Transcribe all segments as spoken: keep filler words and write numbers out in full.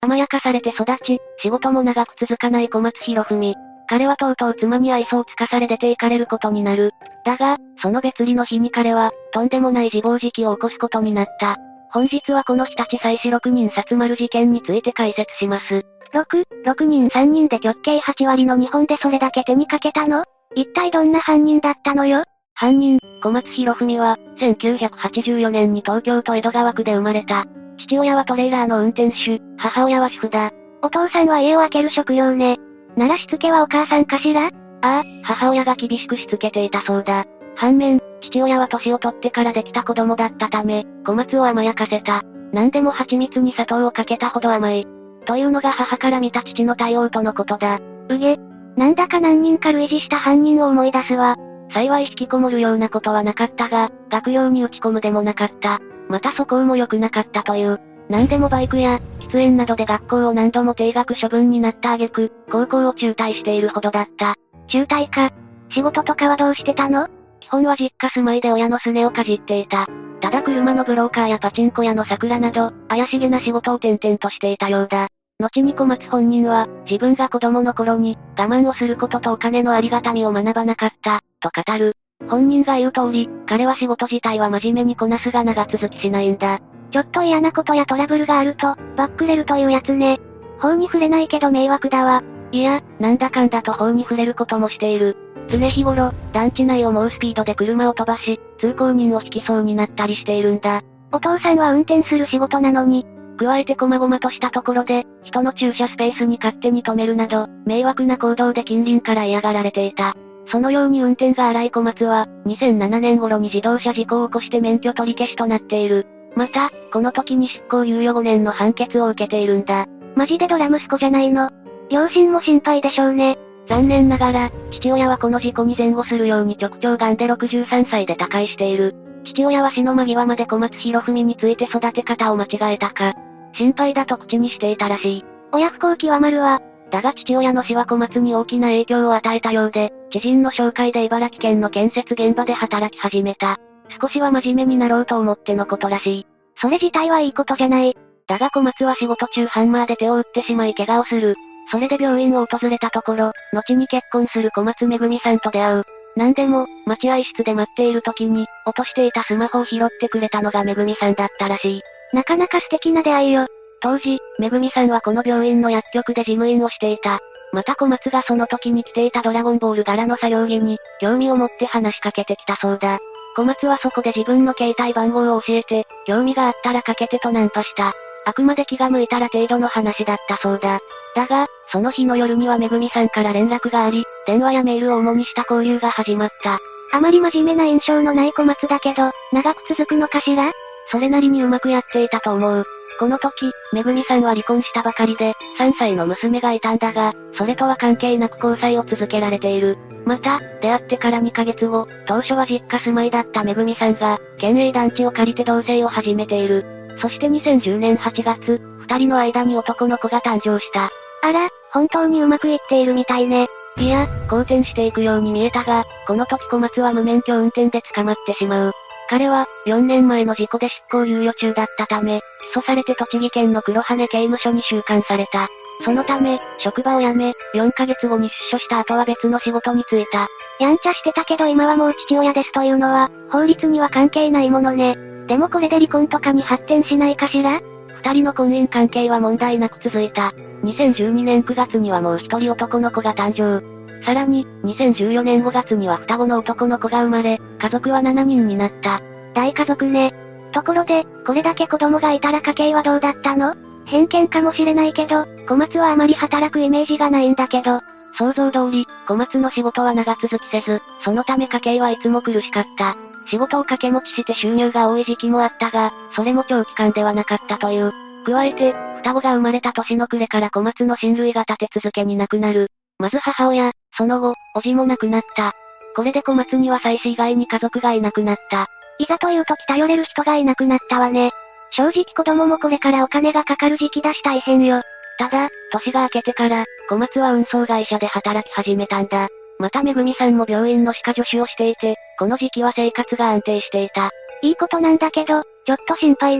甘やかされて育ち、仕事も長く続かない小松博文。彼はとうとう妻に愛想をつかされ出て行かれることになる。だが、その別離の日に彼は、とんでもない自暴自棄を起こすことになった。本日はこの日立妻子ろくにん殺丸事件について解説します。 ろく、ろくにんさんにんで極刑はちわりの日本でそれだけ手にかけたの？一体どんな犯人だったのよ？ 犯人、小松博文は、せんきゅうひゃくはちじゅうよねんに東京都江戸川区で生まれた。父親はトレーラーの運転手、母親は主婦だ。 お父さんは家を空ける職業ね。ならしつけはお母さんかしら？ああ、母親が厳しくしつけていたそうだ。反面、父親は年を取ってからできた子供だったため、小松を甘やかせた。何でも蜂蜜に砂糖をかけたほど甘い。というのが母から見た父の対応とのことだ。 うげ。なんだか何人か類似した犯人を思い出すわ。 幸い引きこもるようなことはなかったが、学業に打ち込むでもなかった。また素行も良くなかったという。何でもバイクや、喫煙などで学校を何度も停学処分になった挙句、高校を中退しているほどだった。 中退か。仕事とかはどうしてたの？ 基本は実家住まいで親のすねをかじっていた。ただ車のブローカーやパチンコ屋の桜など、怪しげな仕事を転々としていたようだ。後に小松本人は、自分が子供の頃に、我慢をすることとお金のありがたみを学ばなかった、と語る。本人が言う通り、彼は仕事自体は真面目にこなすが長続きしないんだ。 ちょっと嫌なことやトラブルがあると、バックレるというやつね。法に触れないけど迷惑だわ。 いや、なんだかんだと法に触れることもしている。常日頃、団地内を猛スピードで車を飛ばし、通行人を引きそうになったりしているんだ。 お父さんは運転する仕事なのに。 加えて細々としたところで、人の駐車スペースに勝手に止めるなど、迷惑な行動で近隣から嫌がられていた。そのように運転が荒い小松は、にせんななねん頃に自動車事故を起こして免許取り消しとなっている。また、この時に執行猶予ごねんの判決を受けているんだ。 マジでドラ息子じゃないの。両親も心配でしょうね。 残念ながら、父親はこの事故に前後するように直腸癌でろくじゅうさんさいで他界している。父親は死の間際まで小松博文について育て方を間違えたか、心配だと口にしていたらしい。 親不孝極まるわ。 だが父親の死は小松に大きな影響を与えたようで、知人の紹介で茨城県の建設現場で働き始めた。少しは真面目になろうと思ってのことらしい。 それ自体はいいことじゃない。 だが小松は仕事中ハンマーで手を打ってしまい怪我をする。それで病院を訪れたところ、後に結婚する小松めぐみさんと出会う。なんでも、待合室で待っている時に、落としていたスマホを拾ってくれたのがめぐみさんだったらしい。 なかなか素敵な出会いよ。 当時、めぐみさんはこの病院の薬局で事務員をしていた。また小松がその時に着ていたドラゴンボール柄の作業着に、興味を持って話しかけてきたそうだ。小松はそこで自分の携帯番号を教えて、興味があったらかけてとナンパした。あくまで気が向いたら程度の話だったそうだ。だが、その日の夜にはめぐみさんから連絡があり、電話やメールを主にした交流が始まった。 あまり真面目な印象のない小松だけど、長く続くのかしら？ それなりにうまくやっていたと思う。この時、めぐみさんは離婚したばかりで、さんさいの娘がいたんだが、それとは関係なく交際を続けられている。また、出会ってからにかげつご、当初は実家住まいだっためぐみさんが、県営団地を借りて同棲を始めている。そしてにせんじゅうねんはちがつ、二人の間に男の子が誕生した。 あら、本当にうまくいっているみたいね。 いや、好転していくように見えたが、この時小松は無免許運転で捕まってしまう。彼は、よねんまえの事故で執行猶予中だったため、起訴されて栃木県の黒羽刑務所に収監された。そのため、職場を辞め、よんかげつごに出所した後は別の仕事に就いた。 やんちゃしてたけど今はもう父親ですというのは、法律には関係ないものね。でもこれで離婚とかに発展しないかしら？ 二人の婚姻関係は問題なく続いた。にせんじゅうにねんくがつにはもう一人男の子が誕生。さらに、にせんじゅうよねんごがつには双子の男の子が生まれ、家族はしちにんになった。 大家族ね。ところで、これだけ子供がいたら家計はどうだったの？偏見かもしれないけど、小松はあまり働くイメージがないんだけど。 想像通り、小松の仕事は長続きせず、そのため家計はいつも苦しかった。仕事を掛け持ちして収入が多い時期もあったが、それも長期間ではなかったという。加えて、双子が生まれた年の暮れから小松の親類が立て続けに亡くなる。まず母親、その後、叔父も亡くなった。これで小松には妻子以外に家族がいなくなった。 いざという時頼れる人がいなくなったわね。正直子供もこれからお金がかかる時期だし大変よ。 ただ、年が明けてから、小松は運送会社で働き始めたんだ。まためぐみさんも病院の歯科助手をしていて、この時期は生活が安定していた。 いいことなんだけど、ちょっと心配ね。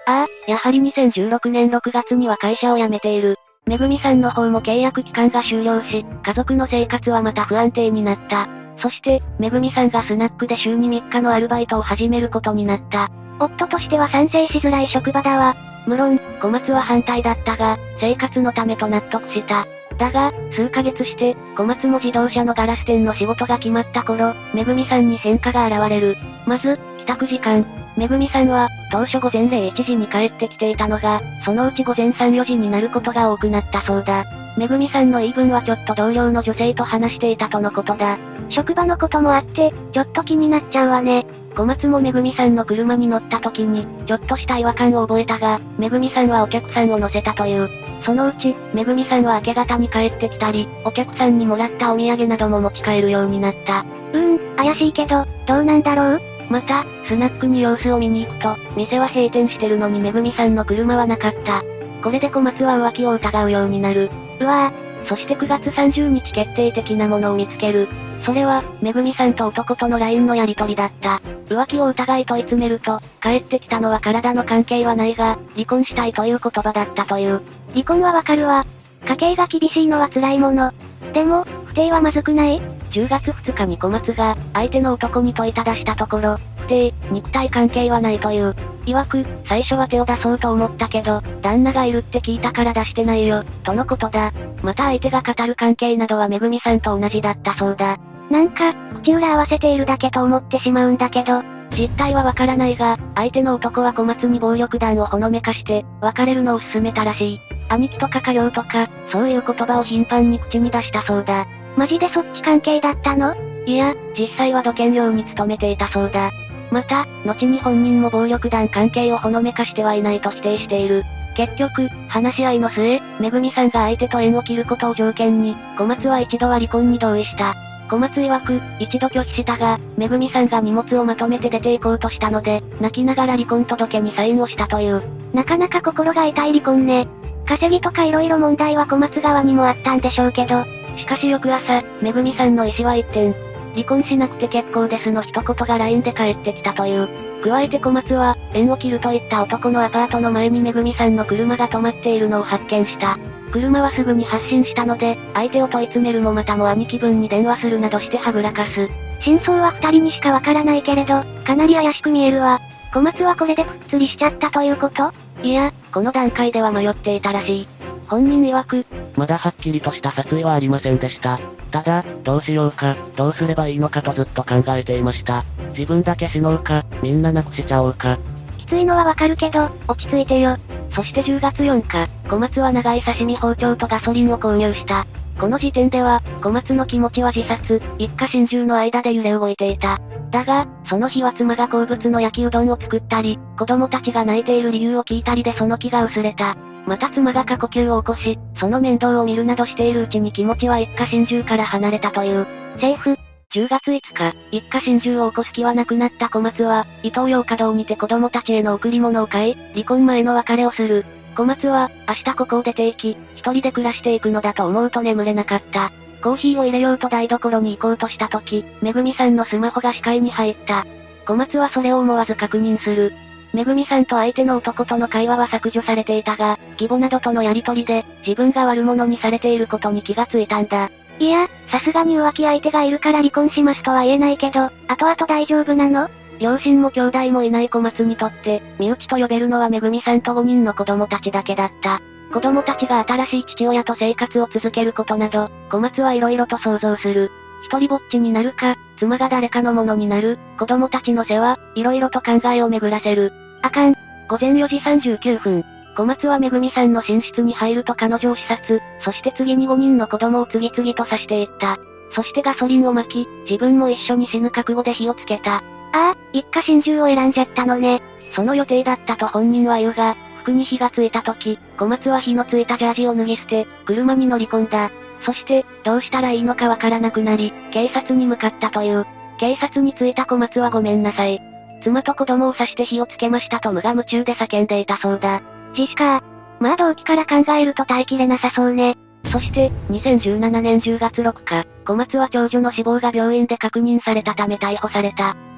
ああ、やはりにせんじゅうろくねんろくがつには会社を辞めている。めぐみさんの方も契約期間が終了し、家族の生活はまた不安定になった。そして、めぐみさんがスナックで週にみっかのアルバイトを始めることになった。 夫としては賛成しづらい職場だわ。 無論、小松は反対だったが、生活のためと納得した。だが、数ヶ月して、小松も自動車のガラス店の仕事が決まった頃、めぐみさんに変化が現れる。まず、帰宅時間。めぐみさんは、当初午前れいいちじに帰ってきていたのが、そのうち午前さんよじになることが多くなったそうだ。めぐみさんの言い分はちょっと同僚の女性と話していたとのことだ。 職場のこともあって、ちょっと気になっちゃうわね。 小松もめぐみさんの車に乗った時に、ちょっとした違和感を覚えたが、めぐみさんはお客さんを乗せたという。そのうち、めぐみさんは明け方に帰ってきたり、お客さんにもらったお土産なども持ち帰るようになった。 うーん、怪しいけど、どうなんだろう？ また、スナックに様子を見に行くと、店は閉店してるのにめぐみさんの車はなかった。これで小松は浮気を疑うようになる。 うわぁ。そしてくがつさんじゅうにち決定的なものを見つける。それは、めぐみさんと男との ライン のやり取りだった。浮気を疑い問い詰めると、帰ってきたのは体の関係はないが、離婚したいという言葉だったという。 離婚はわかるわ。家計が厳しいのは辛いもの。でも、不貞はまずくない？ じゅうがつふつかに小松が、相手の男に問いただしたところ、不貞、肉体関係はないという。曰く、最初は手を出そうと思ったけど、旦那がいるって聞いたから出してないよ、とのことだ。また相手が語る関係などはめぐみさんと同じだったそうだ。 なんか、口裏合わせているだけと思ってしまうんだけど、 実態はわからないが、相手の男は小松に暴力団をほのめかして、別れるのを勧めたらしい。兄貴とか家業とか、そういう言葉を頻繁に口に出したそうだ。 マジでそっち関係だったの？ いや、実際は土建業に勤めていたそうだ。また、後に本人も暴力団関係をほのめかしてはいないと否定している。結局、話し合いの末、めぐみさんが相手と縁を切ることを条件に、小松は一度は離婚に同意した。小松曰く、一度拒否したが、めぐみさんが荷物をまとめて出て行こうとしたので、泣きながら離婚届にサインをしたという。 なかなか心が痛い離婚ね。稼ぎとか色々問題は小松側にもあったんでしょうけど。 しかし翌朝、めぐみさんの意思は一転。離婚しなくて結構ですの一言が ライン で返ってきたという。加えて小松は、縁を切るといった男のアパートの前にめぐみさんの車が止まっているのを発見した。車はすぐに発進したので、相手を問い詰めるもまたも兄貴分に電話するなどしてはぐらかす。 真相は二人にしかわからないけれど、かなり怪しく見えるわ。小松はこれでぷっつりしちゃったということ？ いや、この段階では迷っていたらしい。本人曰く、 まだはっきりとした殺意はありませんでした。ただ、どうしようか、どうすればいいのかとずっと考えていました。自分だけ死のうか、みんななくしちゃおうか。 きついのはわかるけど、落ち着いてよ。 そしてじゅうがつよっか、小松は長い刺身包丁とガソリンを購入した。この時点では、小松の気持ちは自殺、一家心中の間で揺れ動いていた。だが、その日は妻が好物の焼きうどんを作ったり、子供たちが泣いている理由を聞いたりでその気が薄れた。また妻が過呼吸を起こし、その面倒を見るなどしているうちに気持ちは一家心中から離れたという。セーフ。じゅうがついつか、一家心中を起こす気はなくなった小松は、イトーヨーカドーにて子供たちへの贈り物を買い、離婚前の別れをする。小松は、明日ここを出て行き、一人で暮らしていくのだと思うと眠れなかった。コーヒーを入れようと台所に行こうとした時、めぐみさんのスマホが視界に入った。小松はそれを思わず確認する。めぐみさんと相手の男との会話は削除されていたが、義母などとのやりとりで、自分が悪者にされていることに気がついたんだ。 いや、さすがに浮気相手がいるから離婚しますとは言えないけど、後々大丈夫なの？ 両親も兄弟もいない小松にとって、身内と呼べるのはめぐみさんとごにんの子供たちだけだった。子供たちが新しい父親と生活を続けることなど、小松はいろいろと想像する。一人ぼっちになるか、妻が誰かのものになる、子供たちの世話、いろいろと考えを巡らせる。あかん。ごぜんよじさんじゅうきゅうふん。小松はめぐみさんの寝室に入ると彼女を刺殺、そして次にごにんの子供を次々と刺していった。そしてガソリンを巻き、自分も一緒に死ぬ覚悟で火をつけた。 ああ、一家心中を選んじゃったのね。 その予定だったと本人は言うが、服に火がついた時、小松は火のついたジャージを脱ぎ捨て、車に乗り込んだ。そして、どうしたらいいのかわからなくなり、警察に向かったという。警察に着いた小松はごめんなさい。妻と子供を刺して火をつけましたと無我夢中で叫んでいたそうだ。 ジスカー。まあ動機から考えると耐えきれなさそうね。 そして、にせんじゅうななねんじゅうがつろっか、小松は長女の死亡が病院で確認されたため逮捕された。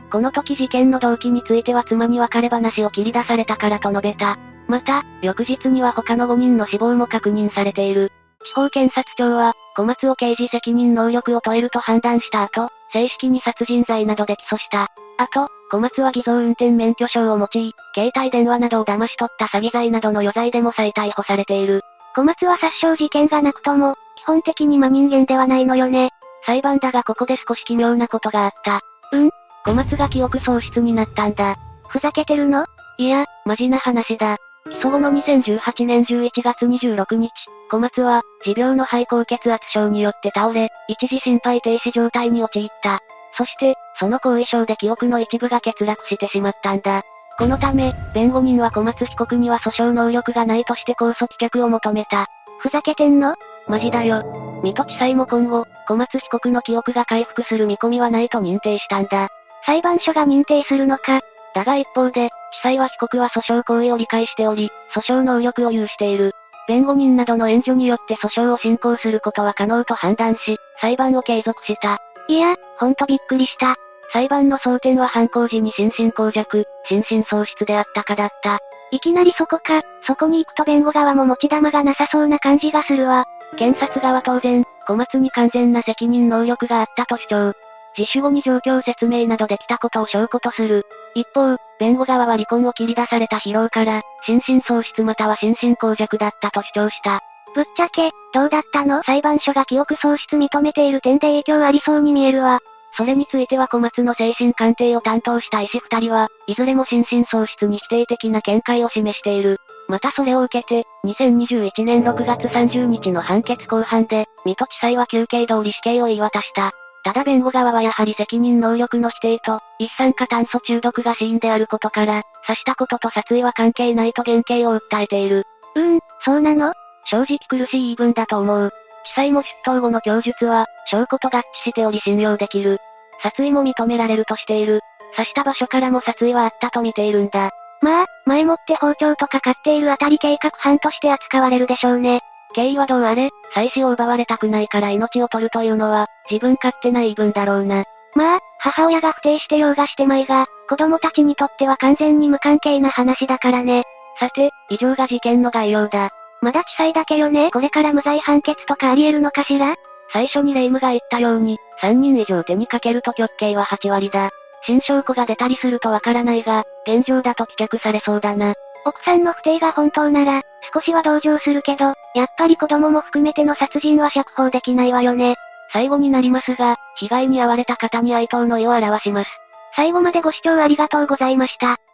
この時事件の動機については妻に別れ話を切り出されたからと述べた。また、翌日には他のごにんの死亡も確認されている。地方検察庁は、小松を刑事責任能力を問えると判断した後、正式に殺人罪などで起訴した。あと、小松は偽造運転免許証を用い、携帯電話などを騙し取った詐欺罪などの余罪でも再逮捕されている。 小松は殺傷事件がなくとも、基本的に真人間ではないのよね。 裁判だがここで少し奇妙なことがあった。 うん？ 小松が記憶喪失になったんだ。 ふざけてるの？ いや、マジな話だ。起訴後のにせんじゅうはちねんじゅういちがつにじゅうろくにち、小松は、持病の肺高血圧症によって倒れ、一時心肺停止状態に陥った。そして、その後遺症で記憶の一部が欠落してしまったんだ。このため、弁護人は小松被告には訴訟能力がないとして控訴棄却を求めた。 ふざけてんの？ マジだよ。水戸地裁も今後、小松被告の記憶が回復する見込みはないと認定したんだ。 裁判所が認定するのか。 だが一方で、地裁は被告は訴訟行為を理解しており、訴訟能力を有している。弁護人などの援助によって訴訟を進行することは可能と判断し、裁判を継続した。 いや、ほんとびっくりした。 裁判の争点は犯行時に心神耗弱、心神喪失であったかだった。 いきなりそこか、そこに行くと弁護側も持ち玉がなさそうな感じがするわ。 検察側当然、小松に完全な責任能力があったと主張。自首後に状況説明などできたことを証拠とする。一方、弁護側は離婚を切り出された疲労から、心神喪失または心神耗弱だったと主張した。 ぶっちゃけ、どうだったの？裁判所が記憶喪失認めている点で影響ありそうに見えるわ。 それについては小松の精神鑑定を担当した医師二人は、いずれも心神喪失に否定的な見解を示している。またそれを受けて、にせんにじゅういちねんろくがつさんじゅうにちの判決公判で、水戸地裁は求刑通り死刑を言い渡した。ただ弁護側はやはり責任能力の否定と、一酸化炭素中毒が死因であることから、刺したことと殺意は関係ないと減刑を訴えている。 うーん、そうなの？ 正直苦しい言い分だと思う。地裁も出頭後の供述は、証拠と合致しており信用できる。殺意も認められるとしている。刺した場所からも殺意はあったと見ているんだ。 まあ、前もって包丁とか買っているあたり計画犯として扱われるでしょうね。 経緯はどうあれ、妻子を奪われたくないから命を取るというのは、自分勝手な言い分だろうな。 まあ、母親が不定してようがしてまいが、子供たちにとっては完全に無関係な話だからね。 さて、以上が事件の概要だ。 まだ地裁だけよね。これから無罪判決とかあり得るのかしら？ 最初に霊夢が言ったように、さんにん以上手にかけると極刑ははちわりだ。新証拠が出たりするとわからないが、現状だと棄却されそうだな。 奥さんの不定が本当なら、少しは同情するけど、やっぱり子供も含めての殺人は釈放できないわよね。 最後になりますが、被害に遭われた方に哀悼の意を表します。 最後までご視聴ありがとうございました。